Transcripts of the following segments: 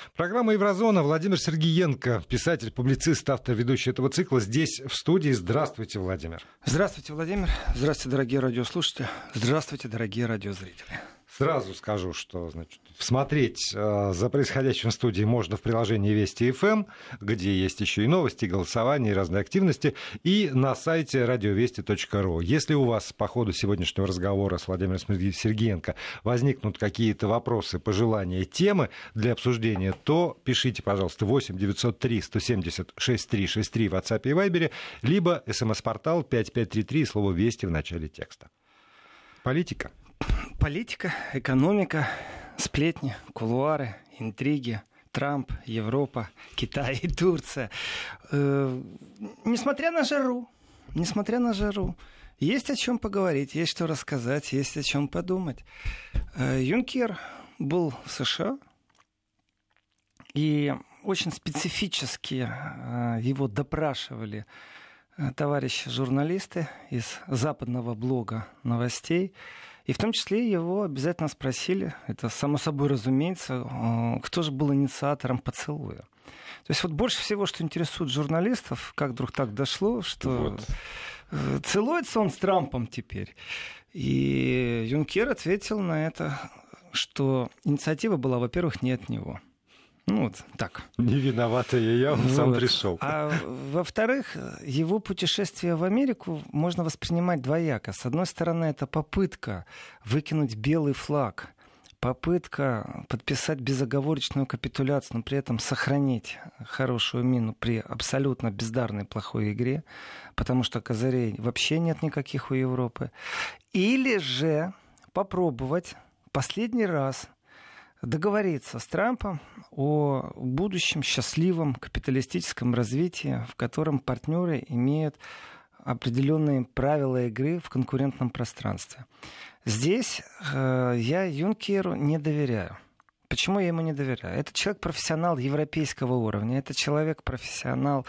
Программа «Еврозона». Владимир Сергеенко, писатель, публицист, автор, ведущий этого цикла, здесь, в студии. Здравствуйте, Владимир. Здравствуйте, Владимир. Здравствуйте, дорогие радиослушатели. Здравствуйте, дорогие радиозрители. Сразу скажу, что смотреть за происходящим в студии можно в приложении Вести ФМ, где есть еще и новости, и голосования, и разные активности, и на сайте радиовести.ру. Если у вас по ходу сегодняшнего разговора с Владимиром Сергеенко возникнут какие-то вопросы, пожелания, темы для обсуждения, то пишите, пожалуйста, 8 903 170 6363 в WhatsApp и Viber, либо смс-портал 5533, слово «Вести» в начале текста. Политика, экономика, сплетни, кулуары, интриги, Трамп, Европа, Китай и Турция. Несмотря на жару, есть о чем поговорить, есть что рассказать, есть о чем подумать. Юнкер был в США, и очень специфически его допрашивали товарищи журналисты из западного блога новостей. И в том числе его обязательно спросили, это само собой разумеется, кто же был инициатором поцелуя. То есть вот больше всего, что интересует журналистов, как вдруг так дошло, что целуется он с Трампом теперь. И Юнкер ответил на это, что инициатива была, во-первых, не от него. Так. Не виноватый я, он сам пришел. А во-вторых, его путешествие в Америку можно воспринимать двояко. С одной стороны, это попытка выкинуть белый флаг, попытка подписать безоговорочную капитуляцию, но при этом сохранить хорошую мину при абсолютно бездарной плохой игре, потому что козырей вообще нет никаких у Европы. Или же попробовать последний раз договориться с Трампом о будущем счастливом капиталистическом развитии, в котором партнеры имеют определенные правила игры в конкурентном пространстве. Здесь я Юнкеру не доверяю. Почему я ему не доверяю? Это человек-профессионал европейского уровня, это человек-профессионал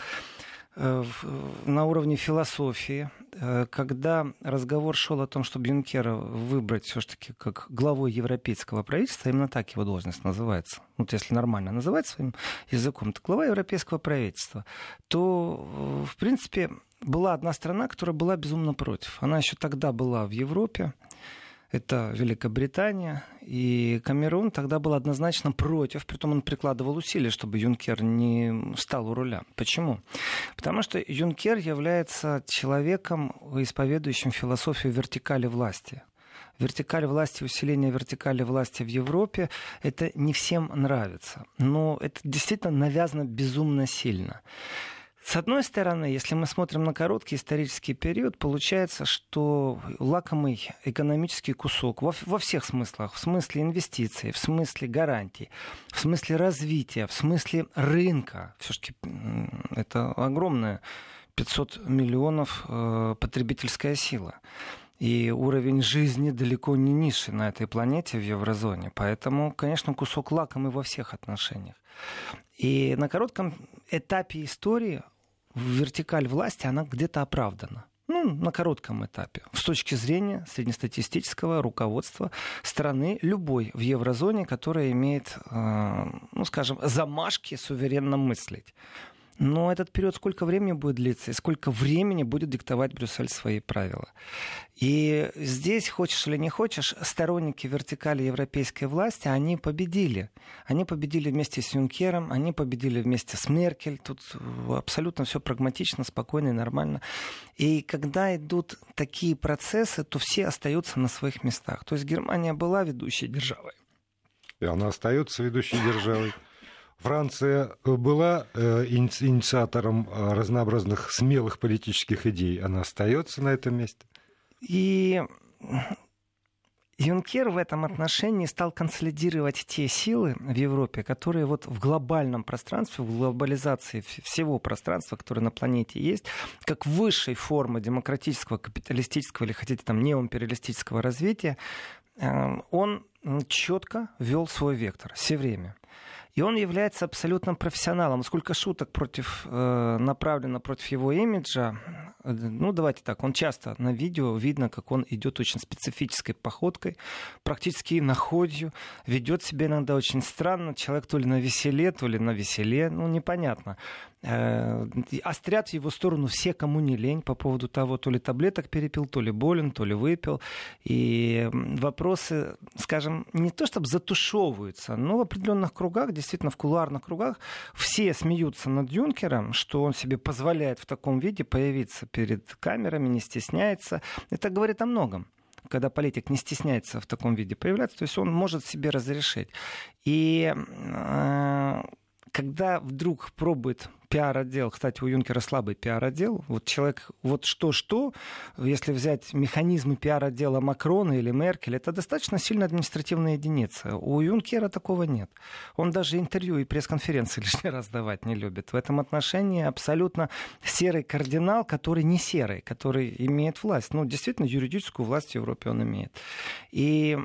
на уровне философии. Когда разговор шел о том, чтобы Юнкера выбрать все-таки как главой европейского правительства, именно так его должность называется, если нормально называть своим языком, то глава европейского правительства, то, в принципе, была одна страна, которая была безумно против. Она еще тогда была в Европе. Это Великобритания, и Камерун тогда был однозначно против, притом он прикладывал усилия, чтобы Юнкер не стал у руля. Почему? Потому что Юнкер является человеком, исповедующим философию вертикали власти. Вертикаль власти, усиление вертикали власти в Европе, это не всем нравится, но это действительно навязано безумно сильно. С одной стороны, если мы смотрим на короткий исторический период, получается, что лакомый экономический кусок во всех смыслах, в смысле инвестиций, в смысле гарантий, в смысле развития, в смысле рынка, все-таки это огромная 500 миллионов потребительская сила. И уровень жизни далеко не низший на этой планете в еврозоне. Поэтому, конечно, кусок лакомый во всех отношениях. И на коротком этапе истории вертикаль власти, она где-то оправдана. На коротком этапе. С точки зрения среднестатистического руководства страны любой в еврозоне, которая имеет, замашки суверенно мыслить. Но этот период сколько времени будет длиться, и сколько времени будет диктовать Брюссель свои правила. И здесь, хочешь или не хочешь, сторонники вертикали европейской власти, они победили. Они победили вместе с Юнкером, они победили вместе с Меркель. Тут абсолютно все прагматично, спокойно и нормально. И когда идут такие процессы, то все остаются на своих местах. То есть Германия была ведущей державой. И она остается ведущей державой. Франция была инициатором разнообразных смелых политических идей. Она остается на этом месте. И Юнкер в этом отношении стал консолидировать те силы в Европе, которые в глобальном пространстве, в глобализации всего пространства, которое на планете есть, как высшей формы демократического, капиталистического или, хотите, неоимпериалистического развития, он четко вел свой вектор все время. И он является абсолютным профессионалом. Сколько шуток направлено против его имиджа. Ну, давайте так, он часто на видео видно, как он идет очень специфической походкой, практически иноходью, ведет себя иногда очень странно. Человек то ли на веселе, ну, непонятно. Острят в его сторону все, кому не лень, по поводу того, то ли таблеток перепил, то ли болен, то ли выпил. И вопросы, скажем, не то чтобы затушевываются, но в определенных кругах, действительно в кулуарных кругах, все смеются над Юнкером, что он себе позволяет в таком виде появиться перед камерами, не стесняется. Это говорит о многом, когда политик не стесняется в таком виде появляться, то есть он может себе разрешить. И когда вдруг пробует пиар-отдел, кстати, у Юнкера слабый пиар-отдел, вот человек, вот что-что, если взять механизмы пиар-отдела Макрона или Меркель, это достаточно сильная административная единица. У Юнкера такого нет. Он даже интервью и пресс-конференции лишний раз давать не любит. В этом отношении абсолютно серый кардинал, который не серый, который имеет власть. Ну, действительно, юридическую власть в Европе он имеет. И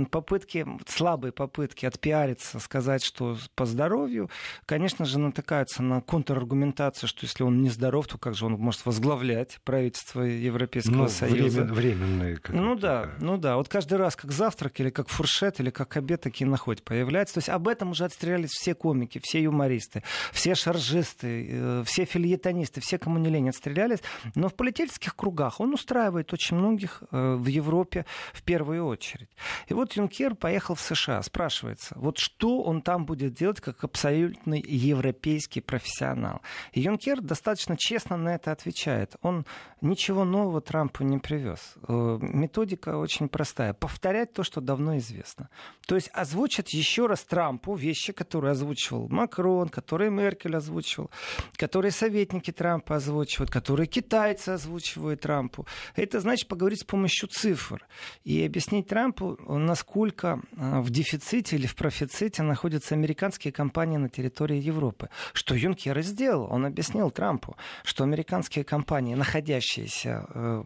слабые попытки отпиариться, сказать, что по здоровью, конечно же, натыкаются на контраргументацию, что если он нездоров, то как же он может возглавлять правительство Европейского Союза? Временные. Ну да. Вот каждый раз как завтрак, или как фуршет, или как обед, такие находки появляются. То есть об этом уже отстрелялись все комики, все юмористы, все шаржисты, все фельетонисты, все, кому не лень, отстрелялись. Но в политических кругах он устраивает очень многих в Европе в первую очередь. И вот Юнкер поехал в США. Спрашивается, вот что он там будет делать как абсолютный европейский профессионал? И Юнкер достаточно честно на это отвечает. Он ничего нового Трампу не привез. Методика очень простая. Повторять то, что давно известно. То есть озвучить еще раз Трампу вещи, которые озвучивал Макрон, которые Меркель озвучивал, которые советники Трампа озвучивают, которые китайцы озвучивают Трампу. Это значит поговорить с помощью цифр и объяснить Трампу, насколько в дефиците или в профиците находятся американские компании на территории Европы. Что Юнкер и сделал. Он объяснил Трампу, что американские компании, находящиеся,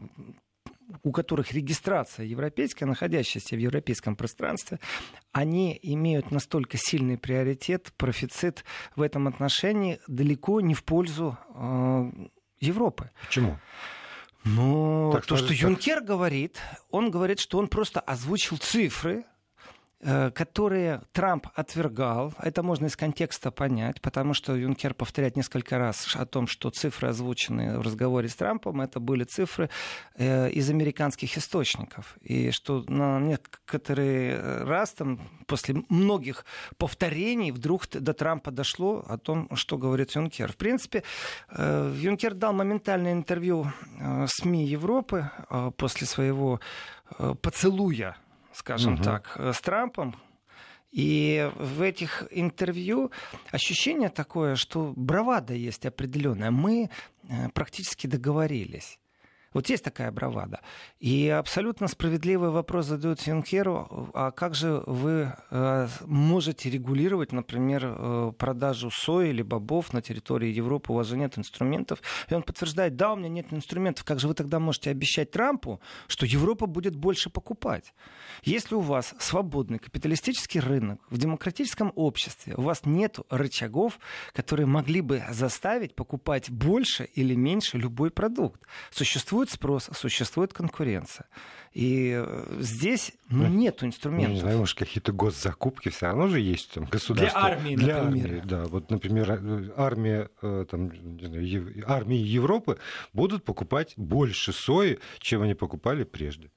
у которых регистрация европейская, находящаяся в европейском пространстве, они имеют настолько сильный приоритет, профицит в этом отношении далеко не в пользу Европы. Почему? Ну, то, что Юнкер говорит, он говорит, что он просто озвучил цифры, которые Трамп отвергал. Это можно из контекста понять, потому что Юнкер повторяет несколько раз о том, что цифры, озвученные в разговоре с Трампом, это были цифры из американских источников. И что на некоторый раз, там, после многих повторений, вдруг до Трампа дошло о том, что говорит Юнкер. В принципе, Юнкер дал моментальное интервью СМИ Европы после своего поцелуя, скажем так, с Трампом. И в этих интервью ощущение такое, что бравада есть определенная. Мы практически договорились. Вот есть такая бравада. И абсолютно справедливый вопрос задают Юнкеру, а как же вы можете регулировать, например, продажу сои или бобов на территории Европы, у вас же нет инструментов. И он подтверждает, да, у меня нет инструментов, как же вы тогда можете обещать Трампу, что Европа будет больше покупать? Если у вас свободный капиталистический рынок в демократическом обществе, у вас нет рычагов, которые могли бы заставить покупать больше или меньше любой продукт. Существует спрос, существует конкуренция. И здесь нет инструментов. Не знаю, может, какие-то госзакупки все равно же есть там, государство. Для армии, например. Армии, да. Вот, например, армия Европы будут покупать больше сои, чем они покупали прежде.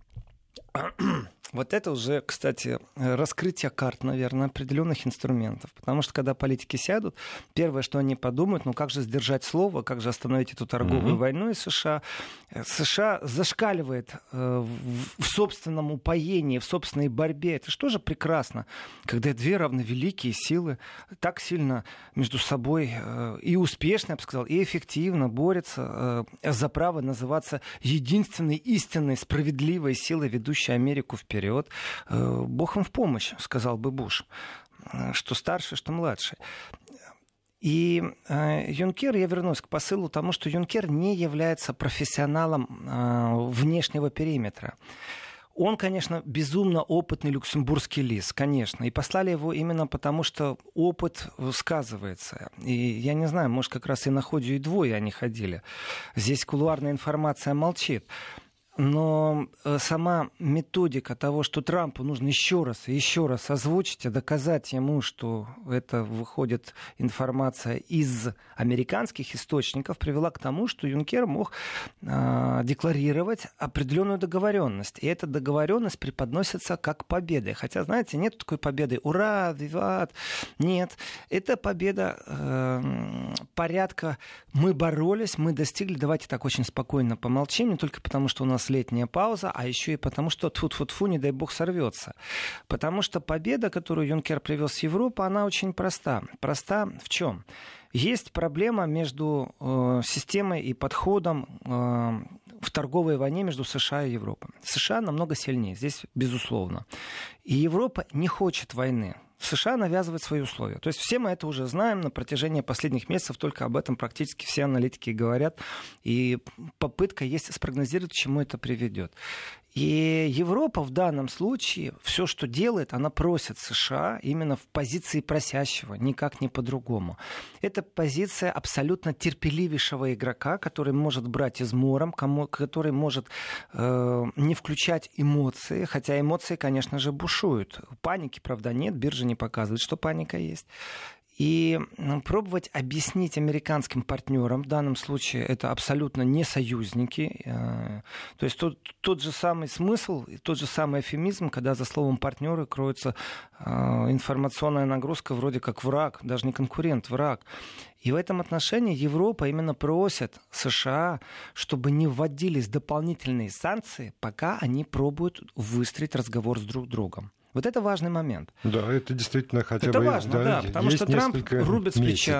Вот это уже, кстати, раскрытие карт, наверное, определенных инструментов. Потому что, когда политики сядут, первое, что они подумают, ну как же сдержать слово, как же остановить эту торговую войну из США. США зашкаливает в собственном упоении, в собственной борьбе. Это что же прекрасно, когда две равновеликие силы так сильно между собой и успешно, я бы сказал, и эффективно борются за право называться единственной истинной справедливой силой, ведущей Америку вперед. Бог им в помощь, сказал бы Буш, что старший, что младший. И Юнкер, я вернусь к посылу тому, что Юнкер не является профессионалом внешнего периметра. Он, конечно, безумно опытный люксембургский лис, конечно. И послали его именно потому, что опыт сказывается. И я не знаю, может, как раз и на ходе и двое они ходили. Здесь кулуарная информация молчит. Но сама методика того, что Трампу нужно еще раз и еще раз озвучить, и доказать ему, что это выходит информация из американских источников, привела к тому, что Юнкер мог декларировать определенную договоренность. И эта договоренность преподносится как победа. Хотя, знаете, нет такой победы. Ура, виват. Нет. Это победа порядка. Мы боролись, мы достигли. Давайте так очень спокойно помолчим. Не только потому, что у нас летняя пауза, а еще и потому, что тьфу-тьфу-тьфу, не дай бог, сорвется. Потому что победа, которую Юнкер привез в Европу, она очень проста. Проста в чем? Есть проблема между системой и подходом в торговой войне между США и Европой. США намного сильнее, здесь безусловно. И Европа не хочет войны. США навязывает свои условия. То есть все мы это уже знаем на протяжении последних месяцев, только об этом практически все аналитики говорят. И попытка есть спрогнозировать, к чему это приведет. И Европа в данном случае все, что делает, она просит США именно в позиции просящего, никак не по-другому. Это позиция абсолютно терпеливейшего игрока, который может брать измором, который может не включать эмоции, хотя эмоции, конечно же, бушуют. Паники, правда, нет, биржа не показывает, что паника есть. И пробовать объяснить американским партнерам, в данном случае это абсолютно не союзники, то есть тот же самый смысл, тот же самый эвфемизм, когда за словом партнеры кроется информационная нагрузка вроде как враг, даже не конкурент, враг. И в этом отношении Европа именно просит США, чтобы не вводились дополнительные санкции, пока они пробуют выстроить разговор с друг другом. Вот это важный момент. Да, это действительно хотя бы... Это важно, да, потому что Трамп рубит с плеча.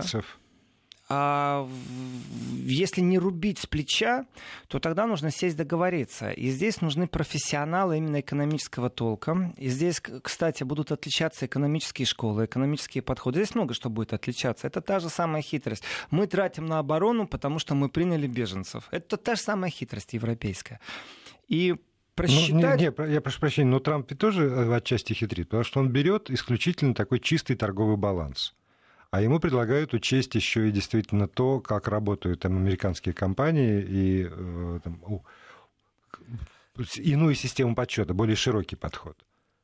А если не рубить с плеча, то тогда нужно сесть договориться. И здесь нужны профессионалы именно экономического толка. И здесь, кстати, будут отличаться экономические школы, экономические подходы. Здесь много что будет отличаться. Это та же самая хитрость. Мы тратим на оборону, потому что мы приняли беженцев. Это та же самая хитрость европейская. И просчитать... я прошу прощения, но Трамп ведь тоже отчасти хитрит, потому что он берет исключительно такой чистый торговый баланс. А ему предлагают учесть еще и действительно то, как работают там американские компании и иную систему подсчета, более широкий подход.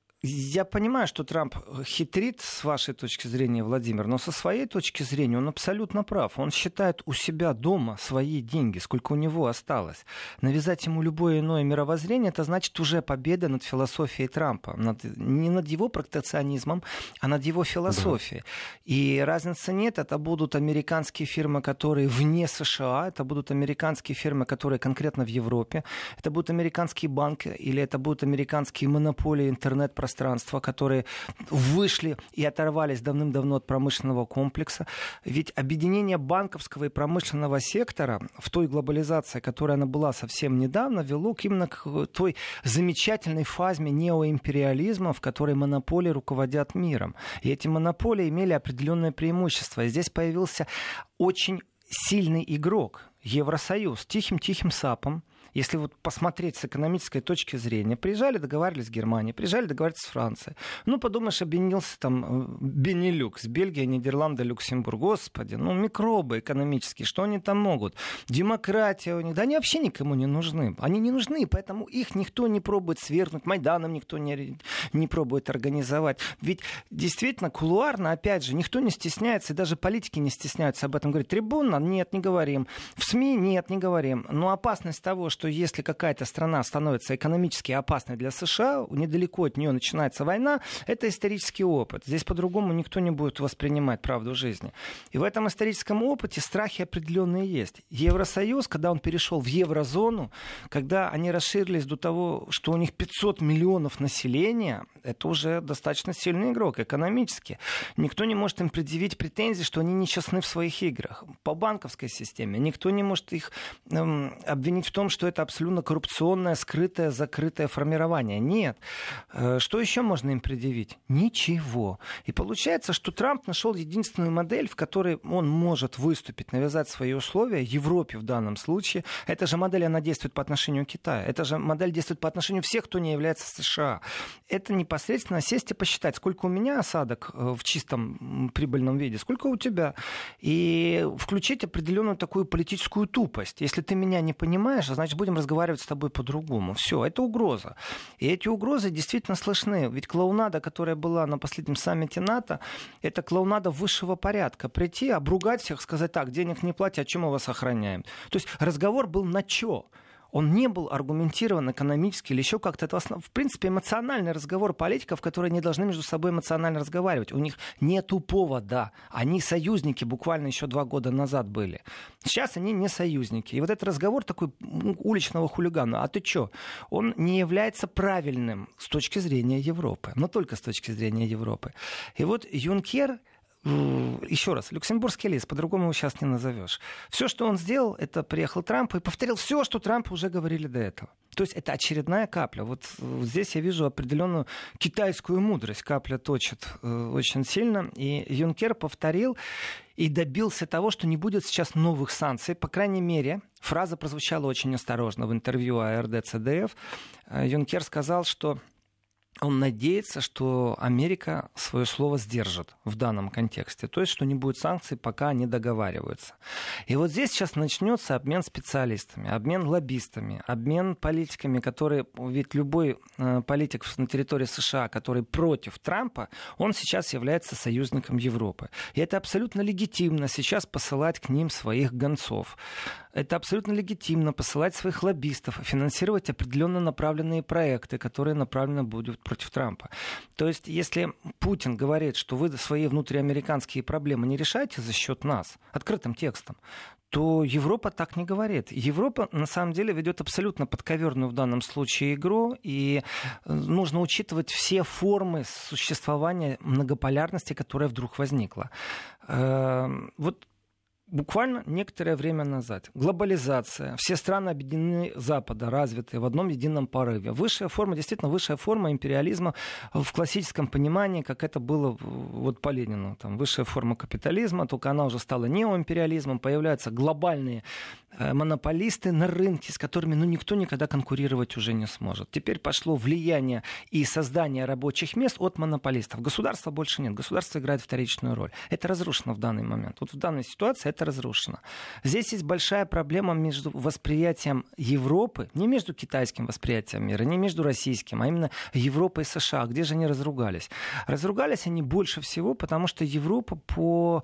Я понимаю, что Трамп хитрит с вашей точки зрения, Владимир, но со своей точки зрения он абсолютно прав. Он считает у себя дома свои деньги, сколько у него осталось. Навязать ему любое иное мировоззрение, это значит уже победа над философией Трампа. Не над его протекционизмом, а над его философией. Да. И разницы нет. Это будут американские фирмы, которые вне США, это будут американские фирмы, которые конкретно в Европе, это будут американские банки или это будут американские монополии интернет-пространства, которые вышли и оторвались давным-давно от промышленного комплекса. Ведь объединение банковского и промышленного сектора в той глобализации, которая она была совсем недавно, вело именно к той замечательной фазе неоимпериализма, в которой монополии руководят миром. И эти монополии имели определенное преимущество. И здесь появился очень сильный игрок, Евросоюз, тихим-тихим сапом. Если вот посмотреть с экономической точки зрения, приезжали, договаривались с Германией, приезжали, договаривались с Францией. Ну, подумаешь, объединился там Бенилюкс, Бельгия, Нидерланды, Люксембург. Господи, микробы экономические, что они там могут? Демократия у них, да они вообще никому не нужны. Они не нужны, поэтому их никто не пробует свергнуть, Майданом никто не пробует организовать. Ведь действительно, кулуарно, опять же, никто не стесняется, и даже политики не стесняются об этом говорить. Трибуна? Нет, не говорим. В СМИ? Нет, не говорим. Но опасность того, что если какая-то страна становится экономически опасной для США, недалеко от нее начинается война, это исторический опыт. Здесь по-другому никто не будет воспринимать правду жизни. И в этом историческом опыте страхи определенные есть. Евросоюз, когда он перешел в еврозону, когда они расширились до того, что у них 500 миллионов населения, это уже достаточно сильный игрок экономически. Никто не может им предъявить претензии, что они нечестны в своих играх. По банковской системе никто не может их обвинить в том, что что это абсолютно коррупционное, скрытое, закрытое формирование. Нет. Что еще можно им предъявить? Ничего. И получается, что Трамп нашел единственную модель, в которой он может выступить, навязать свои условия Европе в данном случае. Эта же модель, она действует по отношению к Китаю. Эта же модель действует по отношению всех, кто не является США. Это непосредственно сесть и посчитать, сколько у меня осадок в чистом прибыльном виде, сколько у тебя. И включить определенную такую политическую тупость. Если ты меня не понимаешь, значит, будем разговаривать с тобой по-другому. Все, это угроза. И эти угрозы действительно слышны. Ведь клоунада, которая была на последнем саммите НАТО, это клоунада высшего порядка. Прийти, обругать всех, сказать: так, денег не платят, а чем мы вас охраняем? То есть разговор был на чё? Он не был аргументирован экономически или еще как-то. Это, в принципе, эмоциональный разговор политиков, которые не должны между собой эмоционально разговаривать. У них нету повода. Они союзники буквально еще 2 года назад были. Сейчас они не союзники. И вот этот разговор такой уличного хулигана. А ты что? Он не является правильным с точки зрения Европы. Но только с точки зрения Европы. И вот Юнкер... Еще раз, люксембургский лис, по-другому его сейчас не назовешь. Все, что он сделал, это приехал Трамп и повторил все, что Трампу уже говорили до этого. То есть это очередная капля. Вот здесь я вижу определенную китайскую мудрость. Капля точит очень сильно. И Юнкер повторил и добился того, что не будет сейчас новых санкций. По крайней мере, фраза прозвучала очень осторожно в интервью АРД ЦДФ. Юнкер сказал, что он надеется, что Америка свое слово сдержит в данном контексте. То есть, что не будет санкций, пока они договариваются. И вот здесь сейчас начнется обмен специалистами, обмен лоббистами, обмен политиками, которые... Ведь любой политик на территории США, который против Трампа, он сейчас является союзником Европы. И это абсолютно легитимно сейчас посылать к ним своих гонцов. Это абсолютно легитимно посылать своих лоббистов, финансировать определенно направленные проекты, которые направлены будут против Трампа. То есть, если Путин говорит, что вы свои внутриамериканские проблемы не решаете за счет нас, открытым текстом, то Европа так не говорит. Европа, на самом деле, ведет абсолютно подковерную в данном случае игру, и нужно учитывать все формы существования многополярности, которая вдруг возникла. Вот буквально некоторое время назад. Глобализация. Все страны объединены Запада, развитые в одном едином порыве. Высшая форма, действительно высшая форма империализма в классическом понимании, как это было вот по Ленину. Там, высшая форма капитализма, только она уже стала неоимпериализмом. Появляются глобальные монополисты на рынке, с которыми никто никогда конкурировать уже не сможет. Теперь пошло влияние и создание рабочих мест от монополистов. Государства больше нет. Государство играет вторичную роль. Это разрушено в данный момент. Вот в данной ситуации это разрушено. Здесь есть большая проблема между восприятием Европы, не между китайским восприятием мира, не между российским, а именно Европа и США. Где же они разругались? Разругались они больше всего, потому что Европа по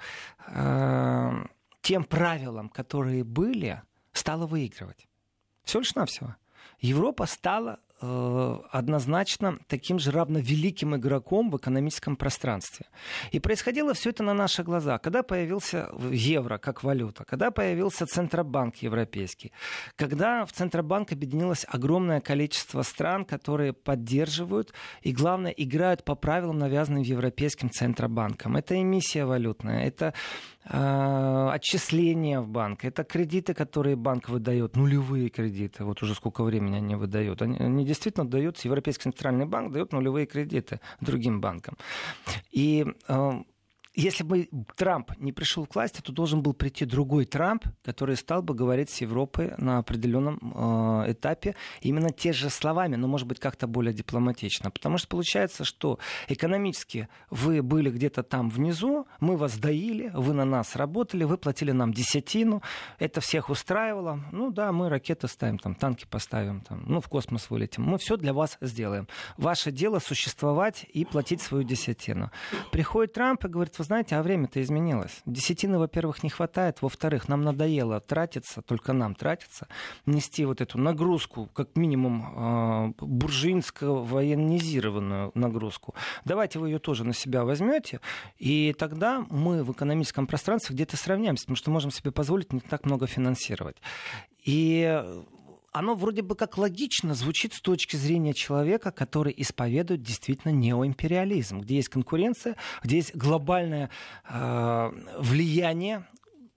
тем правилам, которые были, стала выигрывать. Все лишь навсего. Европа стала однозначно таким же равновеликим игроком в экономическом пространстве. И происходило все это на наших глазах. Когда появился евро как валюта, когда появился Центробанк европейский, когда в Центробанк объединилось огромное количество стран, которые поддерживают и, главное, играют по правилам, навязанным Европейским Центробанком. Это эмиссия валютная, это отчисления в банк, это кредиты, которые банк выдает, нулевые кредиты, вот уже сколько времени они выдают. Они действительно дают, Европейский Центральный банк дает нулевые кредиты другим банкам. И если бы Трамп не пришел к власти, то должен был прийти другой Трамп, который стал бы говорить с Европой на определенном этапе именно те же словами, но, может быть, как-то более дипломатично. Потому что получается, что экономически вы были где-то там внизу, мы вас доили, вы на нас работали, вы платили нам десятину, это всех устраивало. Ну да, мы ракеты ставим, там, танки поставим, там, ну, в космос вылетим. Мы все для вас сделаем. Ваше дело существовать и платить свою десятину. Приходит Трамп и говорит: вы знаете, а время-то изменилось. Десятины, во-первых, не хватает, во-вторых, нам надоело тратиться, только нам тратиться, нести вот эту нагрузку, как минимум буржуинско-военизированную нагрузку. Давайте вы ее тоже на себя возьмете, и тогда мы в экономическом пространстве где-то сравняемся, потому что можем себе позволить не так много финансировать. И оно вроде бы как логично звучит с точки зрения человека, который исповедует действительно неоимпериализм, где есть конкуренция, где есть глобальное влияние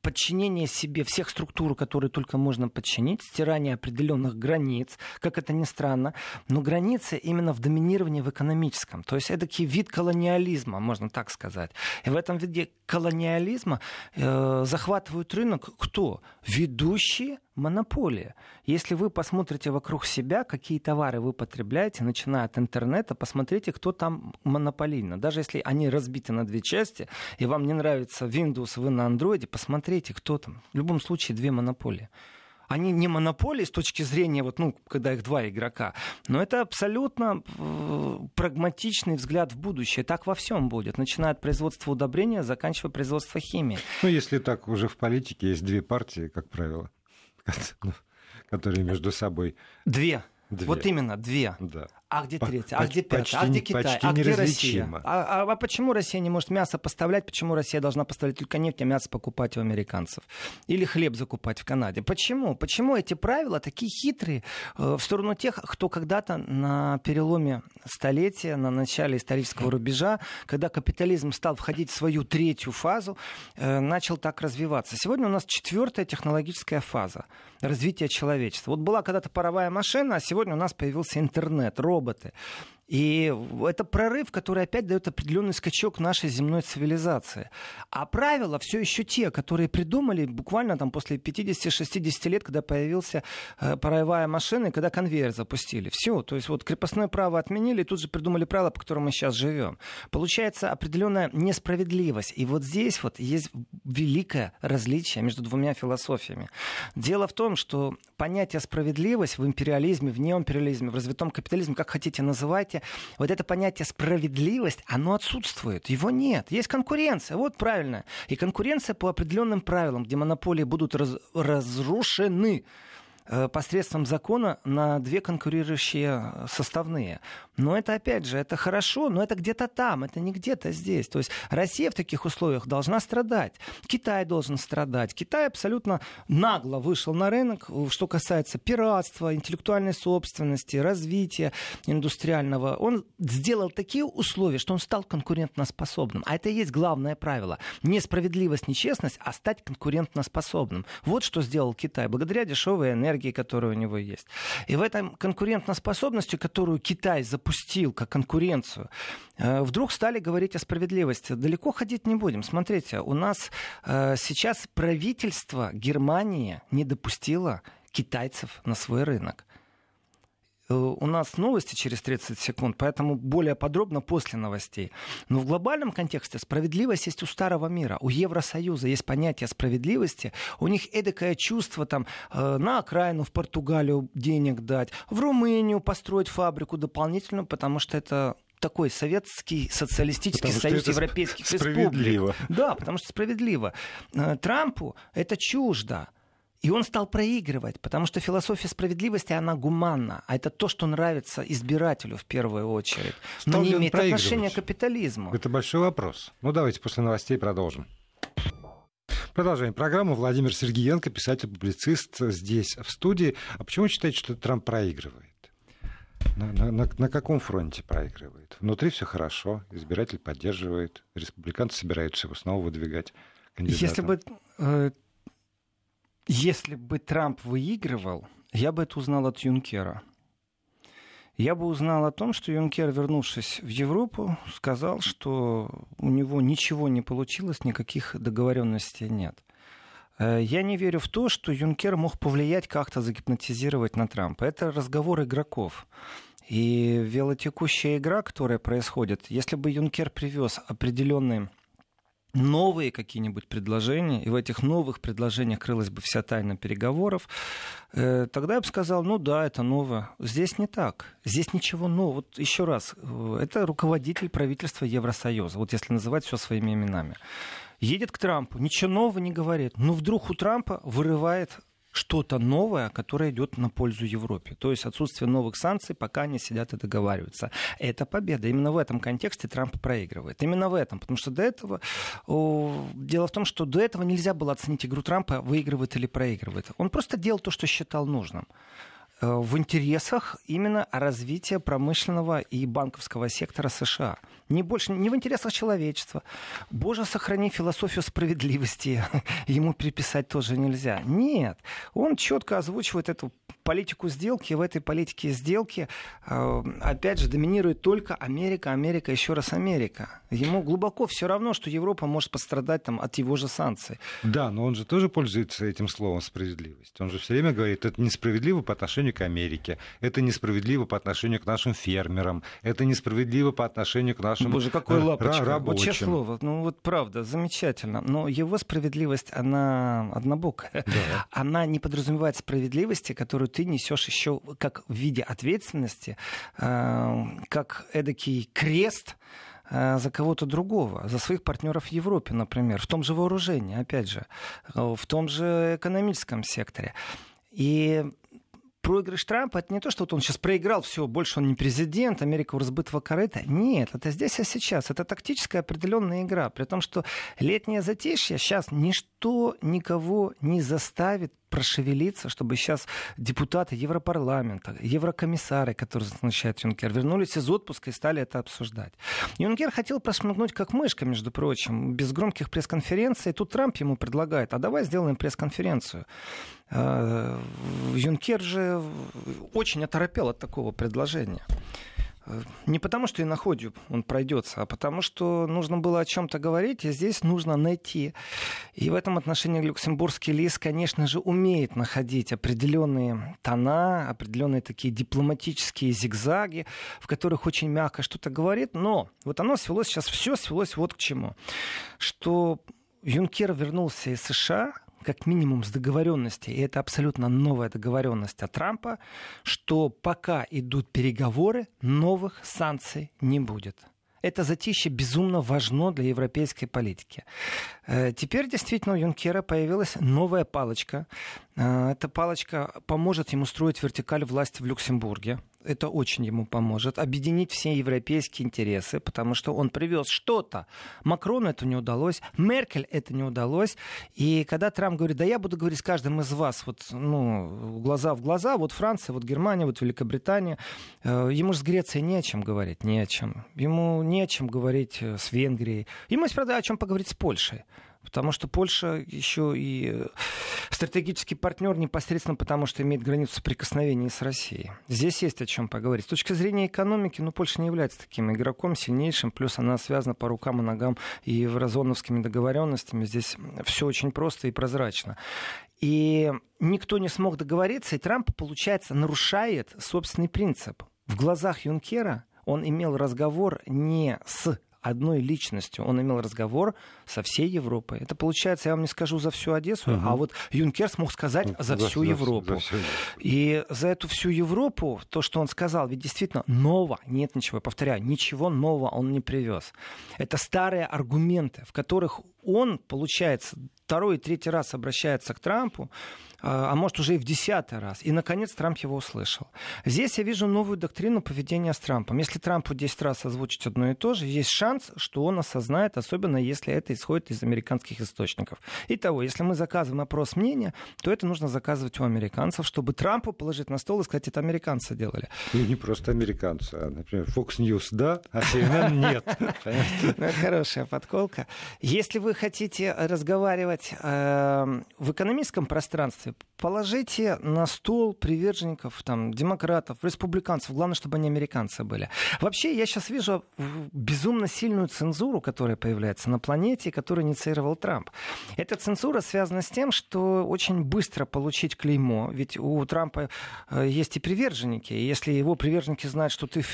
подчинение себе всех структур, которые только можно подчинить, стирание определенных границ, как это ни странно, но границы именно в доминировании в экономическом. То есть эдакий вид колониализма, можно так сказать. И в этом виде колониализма захватывают рынок кто? Ведущие монополия. Если вы посмотрите вокруг себя, какие товары вы потребляете, начиная от интернета, посмотрите, кто там монополийно. Даже если они разбиты на две части, и вам не нравится Windows, вы на Android, посмотрите, кто там. В любом случае, две монополии. Они не монополии с точки зрения, когда их два игрока, но это абсолютно прагматичный взгляд в будущее. Так во всем будет, начиная от производства удобрения, заканчивая производством химии. Если так уже в политике есть две партии, как правило, которые между собой... Две. Вот именно, две. Да. А где третья? А где пятая? А где Китай? А где Россия? А почему Россия не может мясо поставлять? Почему Россия должна поставлять только нефть, а мясо покупать у американцев? Или хлеб закупать в Канаде? Почему? Почему эти правила такие хитрые в сторону тех, кто когда-то на переломе столетия, на начале исторического рубежа, когда капитализм стал входить в свою третью фазу, начал так развиваться? Сегодня у нас 4-я технологическая фаза развития человечества. Вот была когда-то паровая машина, а сегодня у нас появился интернет, роботы. И это прорыв, который опять дает определенный скачок нашей земной цивилизации. А правила все еще те, которые придумали буквально там после 50-60 лет, когда появилась паровая машина и когда конвейер запустили. Все. То есть вот крепостное право отменили, и тут же придумали правила, по которым мы сейчас живем. Получается определенная несправедливость. И вот здесь вот есть великое различие между двумя философиями. Дело в том, что понятие справедливость в империализме, в неоимпериализме, в развитом капитализме, как хотите называйте, вот это понятие справедливость, оно отсутствует. Его нет. Есть конкуренция. Вот правильно. И конкуренция по определенным правилам, где монополии будут разрушены посредством закона на две конкурирующие составные. Но это, опять же, это хорошо, но это где-то там, это не где-то здесь. То есть Россия в таких условиях должна страдать. Китай должен страдать. Китай абсолютно нагло вышел на рынок, что касается пиратства, интеллектуальной собственности, развития индустриального. Он сделал такие условия, что он стал конкурентоспособным. А это и есть главное правило. Не справедливость, не честность, а стать конкурентоспособным. Вот что сделал Китай. Благодаря дешевой энергии, которые у него есть. И в этом конкурентоспособности, которую Китай запустил как конкуренцию, вдруг стали говорить о справедливости. Далеко ходить не будем. Смотрите, у нас сейчас правительство Германии не допустило китайцев на свой рынок. У нас новости через 30 секунд, поэтому более подробно после новостей. Но в глобальном контексте справедливость есть у старого мира. У Евросоюза есть понятие справедливости. У них эдакое чувство там, на окраину в Португалию денег дать, в Румынию построить фабрику дополнительную, потому что это такой советский социалистический союз европейских республик. Да, потому что справедливо. Трампу это чуждо. И он стал проигрывать, потому что философия справедливости, она гуманна. А это то, что нравится избирателю в первую очередь. Но не имеет отношения к капитализму. Это большой вопрос. Давайте после новостей продолжим. Продолжаем программу. Владимир Сергеенко, писатель-публицист, здесь в студии. А почему вы считаете, что Трамп проигрывает? На каком фронте проигрывает? Внутри все хорошо, избиратель поддерживает, республиканцы собираются его снова выдвигать кандидатом. Если бы Трамп выигрывал, я бы это узнал от Юнкера. Я бы узнал о том, что Юнкер, вернувшись в Европу, сказал, что у него ничего не получилось, никаких договоренностей нет. Я не верю в то, что Юнкер мог повлиять как-то, загипнотизировать на Трампа. Это разговор игроков. И велотекущая игра, которая происходит, если бы Юнкер привез определенные новые какие-нибудь предложения, и в этих новых предложениях крылась бы вся тайна переговоров, тогда я бы сказал, да, это новое. Здесь не так. Здесь ничего нового. Вот еще раз, это руководитель правительства Евросоюза, вот если называть все своими именами. Едет к Трампу, ничего нового не говорит, но вдруг у Трампа вырывает что-то новое, которое идет на пользу Европе. То есть отсутствие новых санкций, пока они сидят и договариваются. Это победа. Именно в этом контексте Трамп проигрывает. Именно в этом. Потому что до этого... Дело в том, что до этого нельзя было оценить игру Трампа, выигрывает или проигрывает. Он просто делал то, что считал нужным. в интересах именно развития промышленного и банковского сектора США. Не больше, не в интересах человечества. Боже, сохрани философию справедливости. Ему приписать тоже нельзя. Нет. Он четко озвучивает эту политику сделки. И в этой политике сделки, опять же, доминирует только Америка, Америка, еще раз Америка. Ему глубоко все равно, что Европа может пострадать там, от его же санкций. Да, но он же тоже пользуется этим словом «справедливость». Он же все время говорит, это несправедливо по отношению к Америке, это несправедливо по отношению к нашим фермерам, это несправедливо по отношению к нашим Боже, какой лапочка. рабочим. Вот честное слово. Ну вот правда, замечательно. Но его справедливость, она однобокая. Да. Она не подразумевает справедливости, которую ты несешь еще как в виде ответственности, как эдакий крест за кого-то другого, за своих партнеров в Европе, например, в том же вооружении, опять же, в том же экономическом секторе. И проигрыш Трампа — это не то, что вот он сейчас проиграл, все, больше он не президент, Америка у разбитого корыта. Нет, это здесь и сейчас. Это тактическая определенная игра. При том, что летнее затишье сейчас ничто никого не заставит прошевелиться, чтобы сейчас депутаты Европарламента, еврокомиссары, которые назначает Юнкер, вернулись из отпуска и стали это обсуждать. Юнкер хотел прошмыгнуть как мышка, между прочим, без громких пресс-конференций. Тут Трамп ему предлагает, а давай сделаем пресс-конференцию. Юнкер же очень оторопел от такого предложения. Не потому, что иноходью он пройдется, а потому, что нужно было о чем-то говорить, и здесь нужно найти. И в этом отношении люксембургский лист, конечно же, умеет находить определенные тона, определенные такие дипломатические зигзаги, в которых очень мягко что-то говорит. Но вот оно свелось, сейчас все свелось вот к чему. Что Юнкер вернулся из США как минимум с договоренности, и это абсолютно новая договоренность от Трампа, что пока идут переговоры, новых санкций не будет. Это затишье безумно важно для европейской политики. Теперь действительно у Юнкера появилась новая палочка. Эта палочка поможет ему строить вертикаль власти в Люксембурге. Это очень ему поможет. Объединить все европейские интересы, потому что он привез что-то. Макрону это не удалось, Меркель это не удалось. И когда Трамп говорит, да я буду говорить с каждым из вас вот, глаза в глаза, вот Франция, вот Германия, вот Великобритания, ему же с Грецией не о чем говорить, не о чем. Ему не о чем говорить с Венгрией. Ему есть, правда, о чем поговорить с Польшей. Потому что Польша еще и стратегический партнер непосредственно потому, что имеет границу соприкосновения с Россией. Здесь есть о чем поговорить. С точки зрения экономики, Польша не является таким игроком сильнейшим, плюс она связана по рукам и ногам и еврозоновскими договоренностями. Здесь все очень просто и прозрачно. И никто не смог договориться, и Трамп, получается, нарушает собственный принцип. В глазах Юнкера он имел разговор не с одной личностью. Он имел разговор со всей Европой. Это получается, я вам не скажу за всю Одессу, а вот Юнкер смог сказать за всю Европу. И за эту всю Европу, то, что он сказал, ведь действительно нового нет ничего. Я повторяю, ничего нового он не привез. Это старые аргументы, в которых он, получается, второй и третий раз обращается к Трампу, а может уже и в 10-й раз. И, наконец, Трамп его услышал. Здесь я вижу новую доктрину поведения с Трампом. Если Трампу 10 раз озвучить одно и то же, есть шанс, что он осознает, особенно если это исходит из американских источников. Итого, если мы заказываем опрос мнения, то это нужно заказывать у американцев, чтобы Трампу положить на стол и сказать, это американцы делали. И не просто американцы, а, например, Fox News да, а CNN нет. Это хорошая подколка. Если вы хотите разговаривать в экономическом пространстве, положите на стол приверженников демократов, республиканцев. Главное, чтобы они американцы были. Вообще, я сейчас вижу безумно сильную цензуру, которая появляется на планете, которую инициировал Трамп. Эта цензура связана с тем, что очень быстро получить клеймо. Ведь у Трампа есть и приверженники. И если его приверженники знают, что ты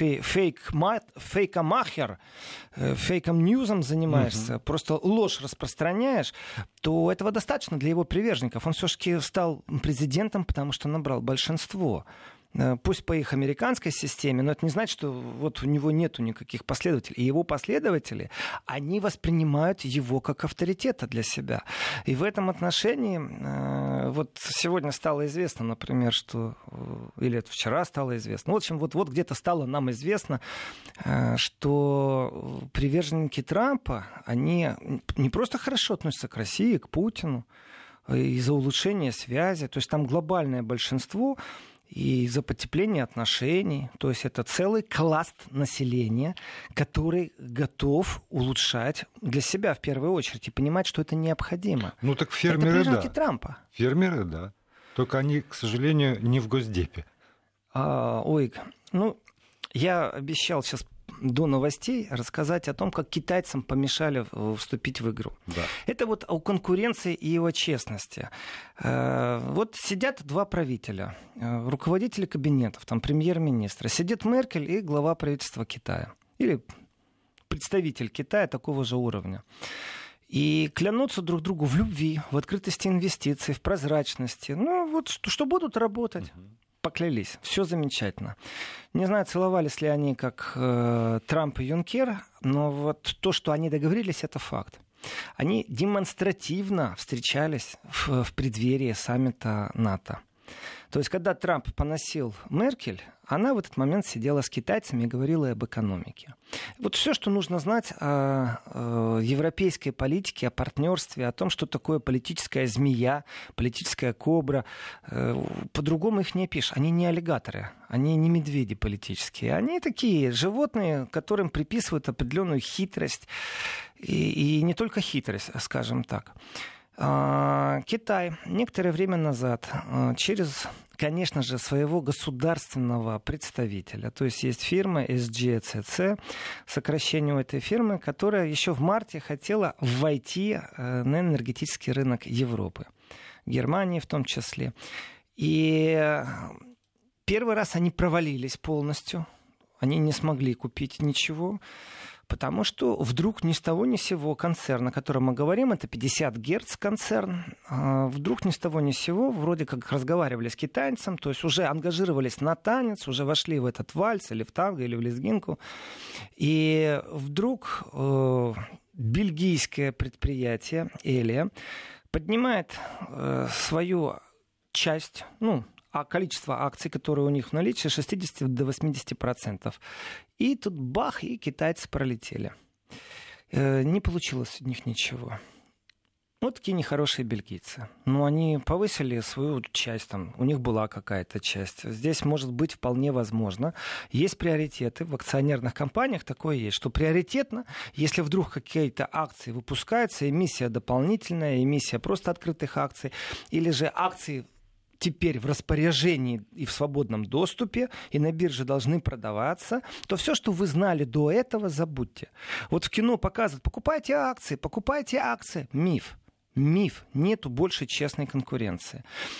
фейкомахер, фейком-ньюзом занимаешься, просто ложь распространяешь, то этого достаточно для его приверженников. Он все-таки стал президентом, потому что набрал большинство. Пусть по их американской системе, но это не значит, что вот у него нету никаких последователей. И его последователи, они воспринимают его как авторитета для себя. И в этом отношении вот сегодня стало известно, например, что, или это вчера стало известно, в общем, вот где-то стало нам известно, что приверженники Трампа, они не просто хорошо относятся к России, к Путину, из-за улучшения связи, то есть там глобальное большинство. и за потепление отношений. То есть это целый класс населения, который готов улучшать для себя в первую очередь и понимать, что это необходимо. Ну так фермеры, это признаки Трампа. Фермеры, да. Только они, к сожалению, не в Госдепе. Я обещал сейчас до новостей рассказать о том, как китайцам помешали вступить в игру. Да. Это вот о конкуренции и о честности. Вот сидят два правителя, руководители кабинетов, там премьер-министра. Сидит Меркель и глава правительства Китая. Или представитель Китая такого же уровня. И клянутся друг другу в любви, в открытости инвестиций, в прозрачности. Ну вот что будут работать. Поклялись. Все замечательно. Не знаю, целовались ли они, как Трамп и Юнкер, но вот то, что они договорились, это факт. Они демонстративно встречались в преддверии саммита НАТО. То есть, когда Трамп поносил Меркель, она в этот момент сидела с китайцами и говорила об экономике. Вот все, что нужно знать о европейской политике, о партнерстве, о том, что такое политическая змея, политическая кобра. По-другому их не опишешь. Они не аллигаторы, они не медведи политические. Они такие животные, которым приписывают определенную хитрость. И не только хитрость, скажем так. Китай некоторое время назад через, конечно же, своего государственного представителя, то есть есть фирма SGCC, сокращение у этой фирмы, которая еще в марте хотела войти на энергетический рынок Европы, Германии в том числе. И первый раз они провалились полностью, они не смогли купить ничего. Потому что вдруг ни с того ни с сего концерн, о котором мы говорим, это 50 Гц концерн, вдруг ни с того ни с сего вроде как разговаривали с китайцем, то есть уже ангажировались на танец, уже вошли в этот вальс или в танго, или в лезгинку. И вдруг бельгийское предприятие Элия поднимает свою часть, количество акций, которые у них в наличии, 60 до 80%. И тут бах, и китайцы пролетели. Не получилось у них ничего. Вот такие нехорошие бельгийцы. Но они повысили свою часть, там, у них была какая-то часть. Здесь может быть вполне возможно. Есть приоритеты в акционерных компаниях, такое есть, что приоритетно, если вдруг какие-то акции выпускаются, эмиссия дополнительная, эмиссия просто открытых акций, или же акции теперь в распоряжении и в свободном доступе, и на бирже должны продаваться, то все, что вы знали до этого, забудьте. Вот в кино показывают, покупайте акции. Миф. Нету больше честной конкуренции.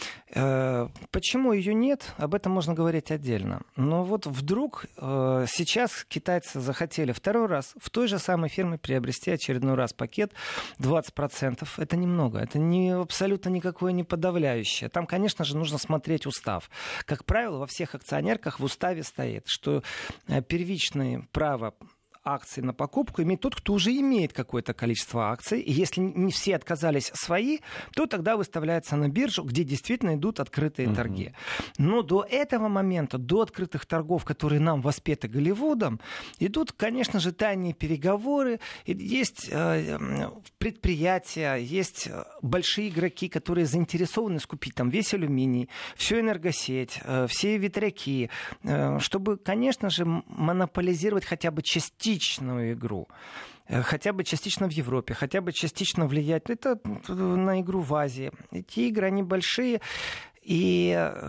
Почему ее нет? Об этом можно говорить отдельно. Но вот вдруг сейчас китайцы захотели второй раз в той же самой фирме приобрести очередной раз пакет 20%. Это немного. Это абсолютно никакое не подавляющее. Там, конечно же, нужно смотреть устав. Как правило, во всех акционерках в уставе стоит, что первичное право акций на покупку имеет тот, кто уже имеет какое-то количество акций. И если не все отказались свои, то тогда выставляется на биржу, где действительно идут открытые торги. Но до этого момента, до открытых торгов, которые нам воспеты Голливудом, идут, конечно же, тайные переговоры. Есть предприятия, есть большие игроки, которые заинтересованы скупить там весь алюминий, всю энергосеть, все ветряки, чтобы, конечно же, монополизировать хотя бы частичную игру. Хотя бы частично в Европе, хотя бы частично влиять это на игру в Азии. Эти игры, они большие, и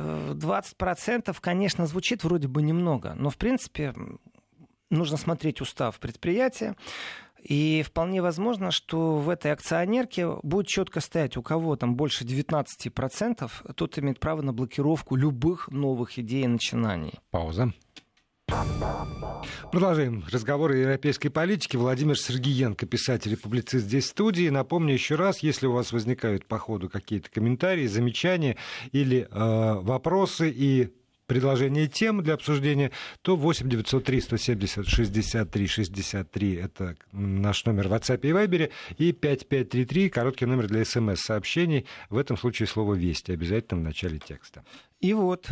20%, конечно, звучит вроде бы немного, но, в принципе, нужно смотреть устав предприятия, и вполне возможно, что в этой акционерке будет четко стоять, у кого там больше 19%, тот имеет право на блокировку любых новых идей и начинаний. Пауза. Продолжаем разговор о европейской политике. Владимир Сергиенко, писатель и публицист, здесь в студии. Напомню еще раз, если у вас возникают по ходу какие-то комментарии, замечания или вопросы и предложения тем для обсуждения, то 8 903 170 63 63 это наш номер в WhatsApp и Viber, и 5533 короткий номер для СМС-сообщений. В этом случае слово «Вести» обязательно в начале текста. И вот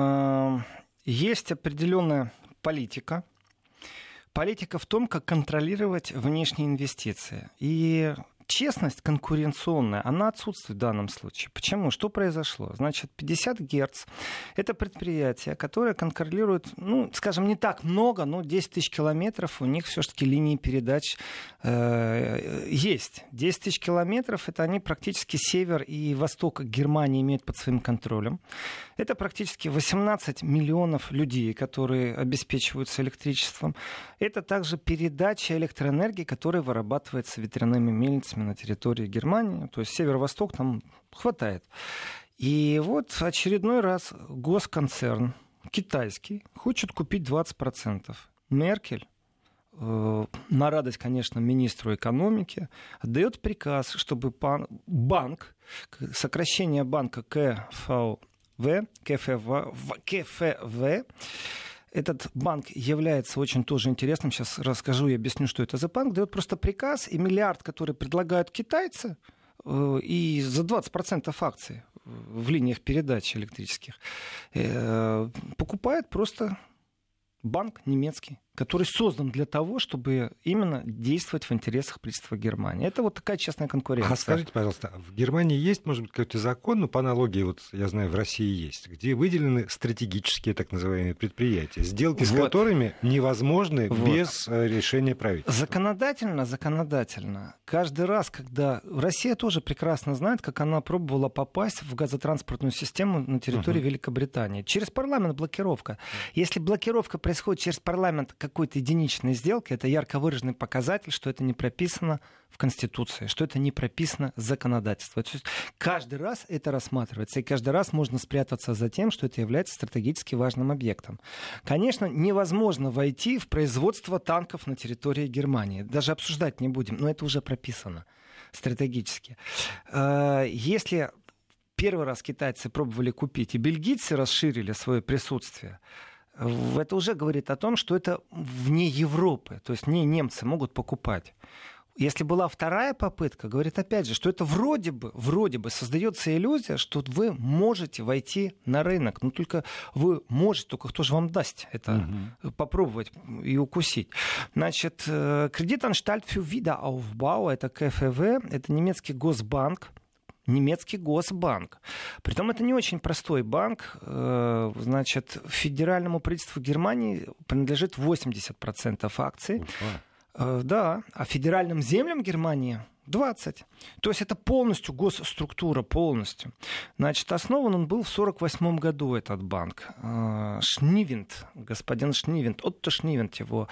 есть определенная политика. Политика в том, как контролировать внешние инвестиции. И честность конкуренционная, она отсутствует в данном случае. Почему? Что произошло? Значит, 50 Гц — это предприятие, которое контролирует, скажем, не так много, но 10 тысяч километров у них все-таки линии передач есть. 10 тысяч километров — это они практически север и восток Германии имеют под своим контролем. Это практически 18 миллионов людей, которые обеспечиваются электричеством. Это также передача электроэнергии, которая вырабатывается ветряными мельницами на территории Германии. То есть северо-восток там хватает. И вот очередной раз госконцерн китайский хочет купить 20%. Меркель, на радость, конечно, министру экономики, отдает приказ, чтобы банк, сокращение банка КФВ, этот банк является очень тоже интересным. Сейчас расскажу и объясню, что это за банк. Дает просто приказ, и миллиард, который предлагают китайцы, и за 20% акций в линиях передач электрических, покупает просто банк немецкий, который создан для того, чтобы именно действовать в интересах правительства Германии. Это вот такая честная конкуренция. А скажите, пожалуйста, в Германии есть, может быть, какой-то закон, по аналогии, вот я знаю, в России есть, где выделены стратегические так называемые предприятия, сделки с которыми невозможны без решения правительства? Законодательно. Каждый раз, когда... Россия тоже прекрасно знает, как она пробовала попасть в газотранспортную систему на территории Великобритании. Через парламент блокировка. Если блокировка происходит через парламент какой-то единичной сделки, это ярко выраженный показатель, что это не прописано в Конституции, что это не прописано в законодательстве. То есть каждый раз это рассматривается, и каждый раз можно спрятаться за тем, что это является стратегически важным объектом. Конечно, невозможно войти в производство танков на территории Германии. Даже обсуждать не будем, но это уже прописано стратегически. Если первый раз китайцы пробовали купить, и бельгийцы расширили свое присутствие, это уже говорит о том, что это вне Европы, то есть не немцы могут покупать. Если была вторая попытка, говорит опять же, что это вроде бы создается иллюзия, что вы можете войти на рынок, но только вы можете, только кто же вам даст это попробовать и укусить. Значит, Kreditanstalt für Wiederaufbau, это КФВ, это немецкий госбанк. Притом это не очень простой банк. Значит, федеральному правительству Германии принадлежит 80% акций. Да, а федеральным землям Германии 20. То есть это полностью госструктура, полностью. Значит, основан он был в 1948 году, этот банк. Шнивент, господин Шнивент, Отто Шнивент его.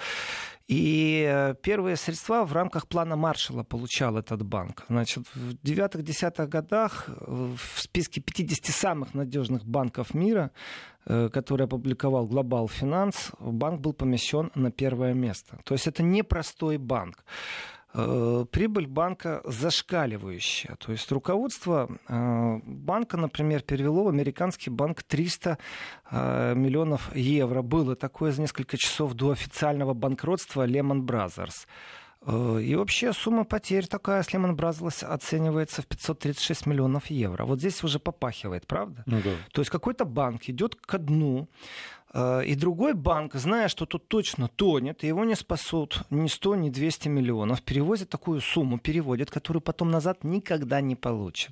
И первые средства в рамках плана Маршалла получал этот банк. Значит, в 9-10 годах в списке 50 самых надежных банков мира, который опубликовал Global Finance, банк был помещен на первое место. То есть это непростой банк. Прибыль банка зашкаливающая. То есть руководство банка, например, перевело в американский банк 300 миллионов евро. Было такое за несколько часов до официального банкротства Lehman Brothers. И вообще сумма потерь такая с Lehman Brothers оценивается в 536 миллионов евро. Вот здесь уже попахивает, правда? Ну, да. То есть какой-то банк идет ко дну, и другой банк, зная, что тут точно тонет, и его не спасут ни 100, ни 200 миллионов, перевозят такую сумму, которую потом назад никогда не получат.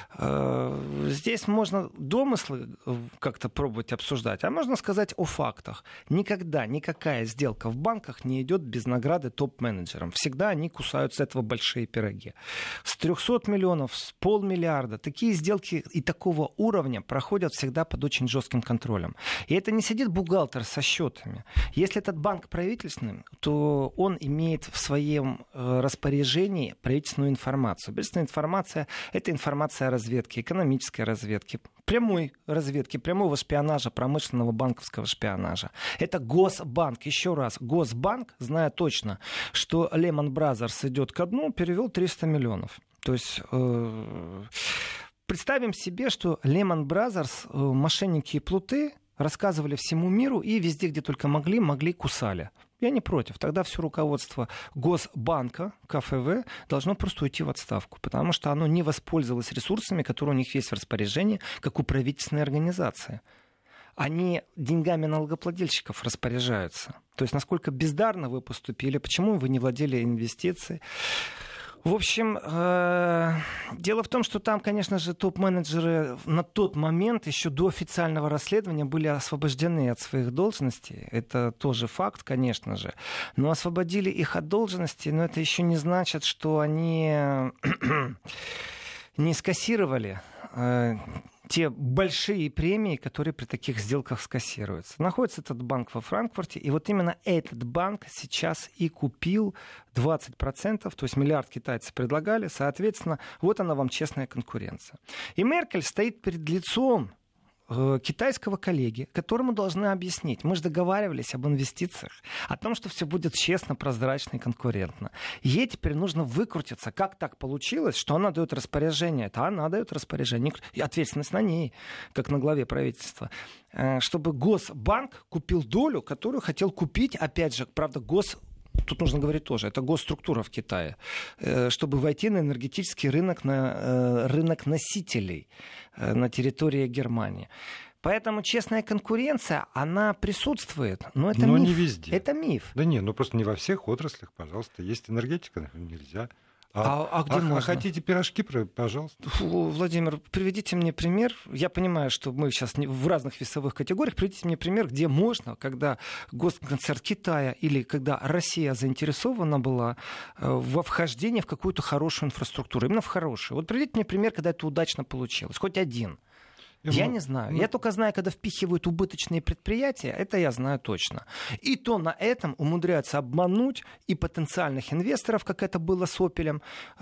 Здесь можно домыслы как-то пробовать обсуждать, а можно сказать о фактах. Никогда никакая сделка в банках не идет без награды топ-менеджерам. Всегда они кусают с этого большие пироги. С 300 миллионов, с полмиллиарда. Такие сделки и такого уровня проходят всегда под очень жестким контролем. И это не сидит бухгалтер со счетами. Если этот банк правительственный, то он имеет в своем распоряжении правительственную информацию. Правительственная информация — это информация о разведке, экономической разведке, прямой разведки, прямого шпионажа, промышленного банковского шпионажа. Это Госбанк. Еще раз, Госбанк, зная точно, что Lehman Brothers идет ко дну, перевел 300 миллионов. То есть... Представим себе, что Lehman Brothers, мошенники и плуты, рассказывали всему миру и везде, где только могли, кусали. Я не против. Тогда все руководство Госбанка, КФВ, должно просто уйти в отставку, потому что оно не воспользовалось ресурсами, которые у них есть в распоряжении, как у правительственной организации. Они деньгами налогоплательщиков распоряжаются. То есть, насколько бездарно вы поступили, почему вы не владели инвестицией. В общем, дело в том, что там, конечно же, топ-менеджеры на тот момент, еще до официального расследования, были освобождены от своих должностей. Это тоже факт, конечно же. Но освободили их от должностей, но это еще не значит, что они не скассировали те большие премии, которые при таких сделках скассируются. Находится этот банк во Франкфурте, и вот именно этот банк сейчас и купил 20%, то есть миллиард китайцы предлагали, соответственно, вот она вам честная конкуренция. И Меркель стоит перед лицом китайского коллеги, которому должны объяснить. Мы же договаривались об инвестициях, о том, что все будет честно, прозрачно и конкурентно. Ей теперь нужно выкрутиться. Как так получилось, что она дает распоряжение? Это она дает распоряжение. И ответственность на ней, как на главе правительства. Чтобы Госбанк купил долю, которую хотел купить, опять же, правда, Тут нужно говорить тоже, это госструктура в Китае, чтобы войти на энергетический рынок, на рынок носителей на территории Германии. Поэтому честная конкуренция, она присутствует, но это миф. Не везде. Это миф. Да не, просто не во всех отраслях, пожалуйста. Есть энергетика, например, нельзя. Где можно? Хотите пирожки, пожалуйста. Владимир, приведите мне пример. Я понимаю, что мы сейчас в разных весовых категориях. Приведите мне пример, где можно, когда госконцерн Китая или когда Россия заинтересована была во вхождении в какую-то хорошую инфраструктуру. Именно в хорошую. Вот приведите мне пример, когда это удачно получилось. Хоть один. Я не знаю. Я только знаю, когда впихивают убыточные предприятия, это я знаю точно. И то на этом умудряются обмануть и потенциальных инвесторов, как это было с Опелем.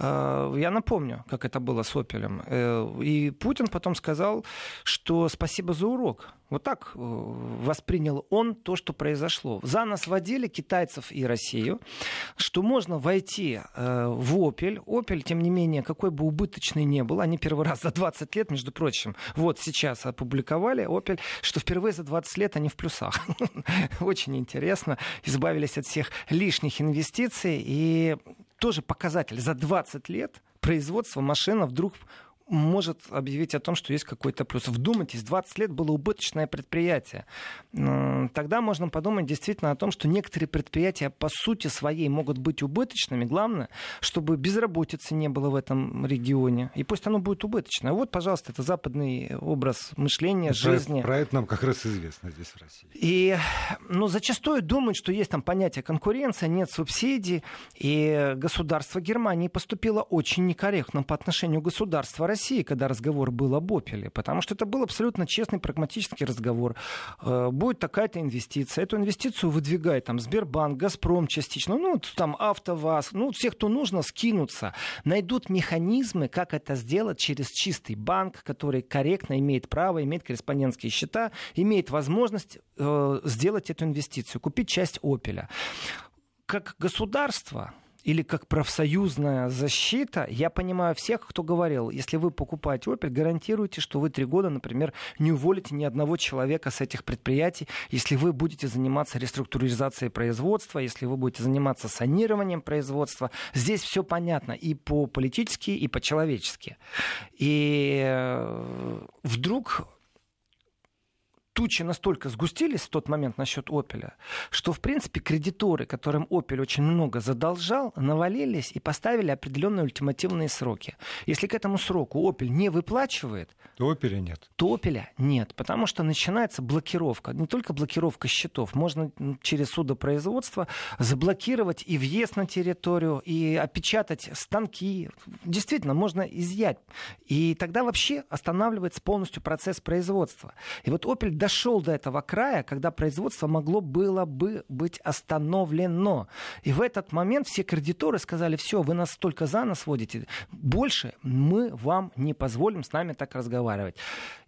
Я напомню, как это было с Опелем. И Путин потом сказал, что спасибо за урок. Вот так воспринял он то, что произошло. За нас водили китайцев и Россию, что можно войти в Opel. Opel, тем не менее, какой бы убыточный ни был, они первый раз за 20 лет, между прочим, вот сейчас опубликовали Opel, что впервые за 20 лет они в плюсах. Очень интересно. Избавились от всех лишних инвестиций. И тоже показатель. За 20 лет производство машина вдруг может объявить о том, что есть какой-то плюс. Вдумайтесь, 20 лет было убыточное предприятие. Тогда можно подумать действительно о том, что некоторые предприятия по сути своей могут быть убыточными. Главное, чтобы безработицы не было в этом регионе. И пусть оно будет убыточное. Вот, пожалуйста, это западный образ мышления, жизни. Про это нам как раз известно здесь в России. И зачастую думают, что есть там понятие конкуренция, нет субсидий. И государство Германии поступило очень некорректно по отношению к государству России, когда разговор был об Опеле, потому что это был абсолютно честный, прагматический разговор. Будет такая-то инвестиция. Эту инвестицию выдвигает там Сбербанк, Газпром частично, там АвтоВАЗ, все, кто нужно, скинутся. Найдут механизмы, как это сделать через чистый банк, который корректно имеет право, имеет корреспондентские счета, имеет возможность сделать эту инвестицию, купить часть Опеля. Как государство или как профсоюзная защита, я понимаю всех, кто говорил, если вы покупаете Opel, гарантируйте, что вы 3 года, например, не уволите ни одного человека с этих предприятий, если вы будете заниматься реструктуризацией производства, если вы будете заниматься санированием производства. Здесь все понятно и по-политически, и по-человечески. И вдруг тучи настолько сгустились в тот момент насчет Опеля, что, в принципе, кредиторы, которым Опель очень много задолжал, навалились и поставили определенные ультимативные сроки. Если к этому сроку Опель не выплачивает, то Опеля нет. Потому что начинается блокировка. Не только блокировка счетов. Можно через судопроизводство заблокировать и въезд на территорию, и опечатать станки. Действительно, можно изъять. И тогда вообще останавливается полностью процесс производства. И вот Опель дошел до этого края, когда производство могло было бы быть остановлено. И в этот момент все кредиторы сказали: все, вы нас только за нос водите, больше мы вам не позволим с нами так разговаривать.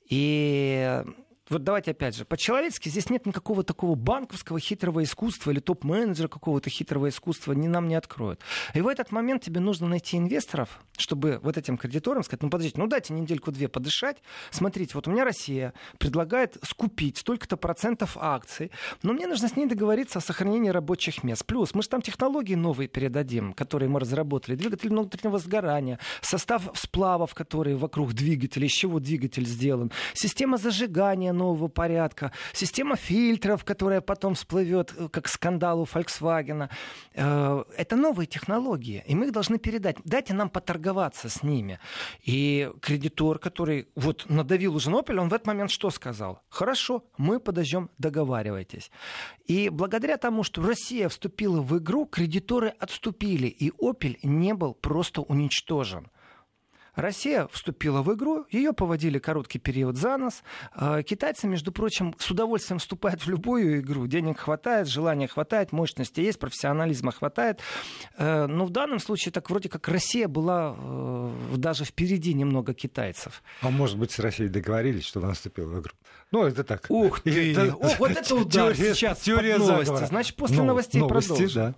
И вот давайте опять же, по-человечески здесь нет никакого такого банковского хитрого искусства или топ-менеджера какого-то хитрого искусства, нам не откроют. И в этот момент тебе нужно найти инвесторов, чтобы вот этим кредиторам сказать: подождите, дайте недельку-две подышать. Смотрите, вот у меня Россия предлагает скупить столько-то процентов акций, но мне нужно с ней договориться о сохранении рабочих мест. Плюс мы же там технологии новые передадим, которые мы разработали. Двигатель внутреннего сгорания, состав сплавов, которые вокруг двигателя, из чего двигатель сделан, система зажигания нового порядка, система фильтров, которая потом всплывет, как скандал у Volkswagen. Это новые технологии, и мы их должны передать. Дайте нам поторговаться с ними. И кредитор, который вот надавил уже на Opel, он в этот момент что сказал? Хорошо, мы подождем, договаривайтесь. И благодаря тому, что Россия вступила в игру, кредиторы отступили, и Opel не был просто уничтожен. Россия вступила в игру, ее поводили короткий период за нос. Китайцы, между прочим, с удовольствием вступают в любую игру. Денег хватает, желания хватает, мощности есть, профессионализма хватает. Но в данном случае так вроде как Россия была даже впереди немного китайцев. А может быть, с Россией договорились, чтобы она вступила в игру? Ну, это так. Ух ты! Вот это удар сейчас под новости. Значит, после новостей продолжим. Да.